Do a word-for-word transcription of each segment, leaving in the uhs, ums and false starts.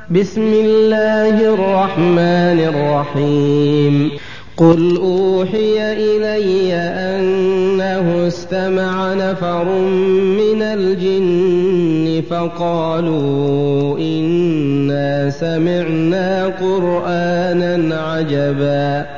بسم الله الرحمن الرحيم قل أوحي إلي أنه استمع نفر من الجن فقالوا إنا سمعنا قرآنا عجبا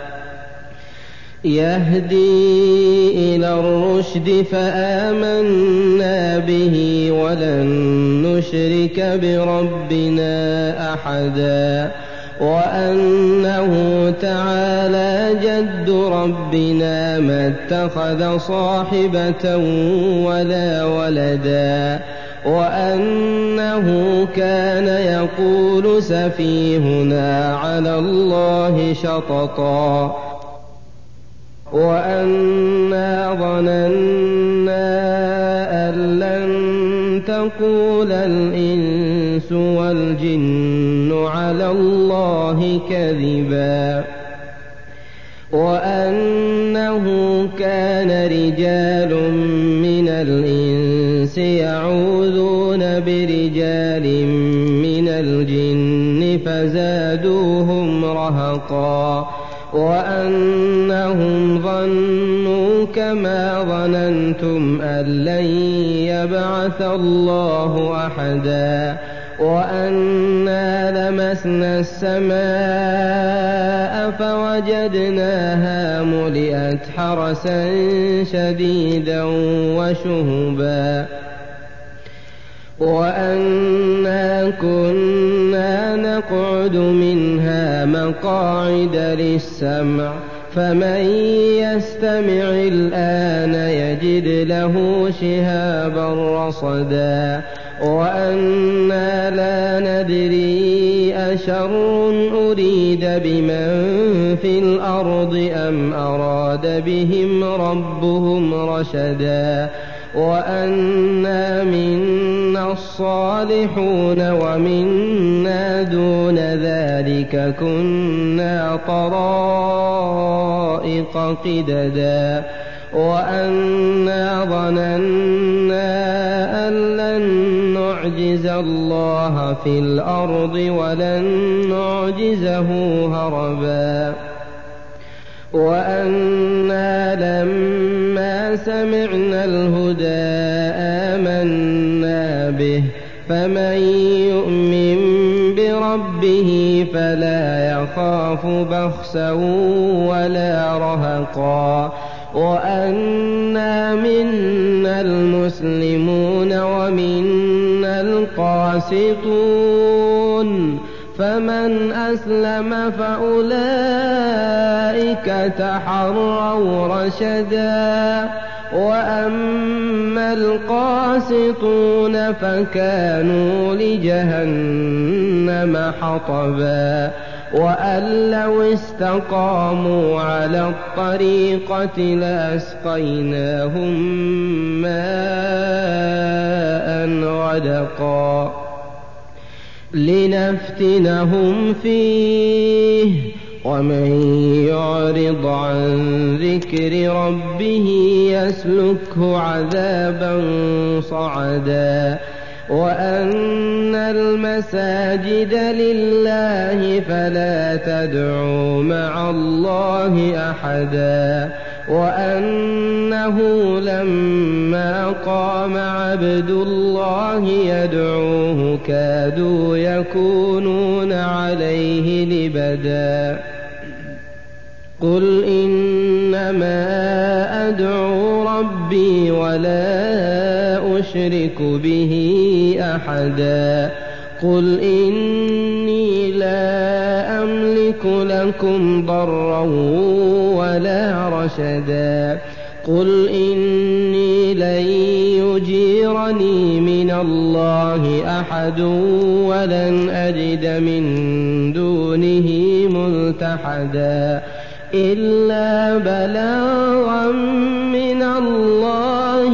يهدي إلى الرشد فآمنا به ولن نشرك بربنا أحدا وأنه تعالى جد ربنا ما اتخذ صاحبة ولا ولدا وأنه كان يقول سفيهنا على الله شططا وأنا ظننا أن لن تقول الإنس والجن على الله كذبا وأنه كان رجال من الإنس يعوذون برجال من الجن فزادوهم رهقا وأنهم ظنوا كما ظننتم أن لن يبعث الله أحدا وأنا لمسنا السماء فوجدناها ملئت حرسا شديدا وشهبا وأنا كنا نقعد منها مقاعد للسمع فمن يستمع الآن يجد له شهابا رصدا وأنا لا ندري أشر أريد بمن في الأرض أم أراد بهم ربهم رشدا وأنا منا الصالحون ومنا دون ذلك كنا طرائق قددا وأنا ظننا أن لن نعجز الله في الأرض ولن نعجزه هربا وأنا لما سمعنا الهدى آمنا به فمن يؤمن بربه فلا يخاف بخسا ولا رهقا وأنا منا المسلمون ومنا القاسطون فمن أسلم فأولئك تحروا رشدا وأما القاسطون فكانوا لجهنم حطبا وأن لو استقاموا على الطريقة لأسقيناهم ماء غدقا لنفتنهم فيه ومن يعرض عن ذكر ربه يسلكه عذابا صعدا وأن المساجد لله فلا تدعوا مع الله أحدا وأنه لما قام عبد الله يدعوه كادوا يكونون عليه لبدا قل إنما أدعو ربي ولا أشرك به أحدا قل إني لا أملك لكم ضرا ولا رشدا قل إني لن يجيرني من الله أحد ولن أجد من دونه ملتحدا إلا بلاغا من الله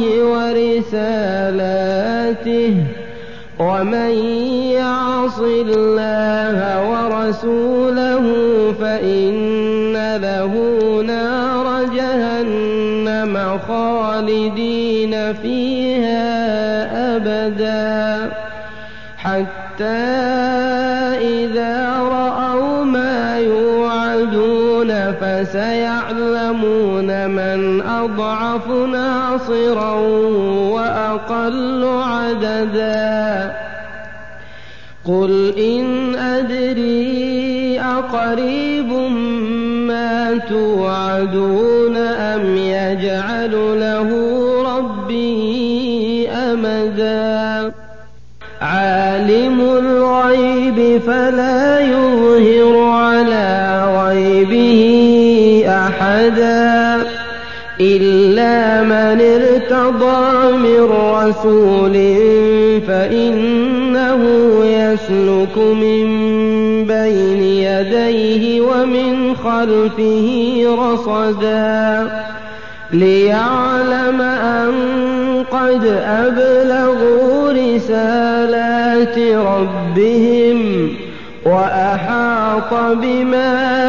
ورسالاته ومن يعص الله ورسوله فإن له نار جهنم خالدين فيها أبدا حتى إِذَا رَأَوْا مَا يُوعَدُونَ فَسَيَعْلَمُونَ مَنْ أَضْعَفُ نَاصِرًا وَأَقَلُّ عَدَدًا قُلْ إِنْ أَدْرِي أَقَرِيبٌ مَا تُوعَدُونَ أَمْ يَجْعَلُ لَهُ رَبِّي أَمَدًا عَالِمُ الْغَيْبِ فَلَا يُظْهِرُ عَلَىٰ غَيْبِهِ أَحَدًا إِلَّا مَنِ ارْتَضَىٰ مِن رَّسُولٍ فَإِنَّهُ يَسْلُكُ مِن بَيْنِ يَدَيْهِ وَمِنْ خَلْفِهِ رَصَدًا لِّيَعْلَمَ أَن قَدْ أَبْلَغُوا رِسَالَاتِ رَبِّهِمْ وَأَحَاطَ بِمَا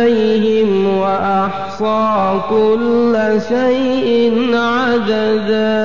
لَدَيْهِمْ وَأَحْصَىٰ كُلَّ شَيْءٍ عَدَدًا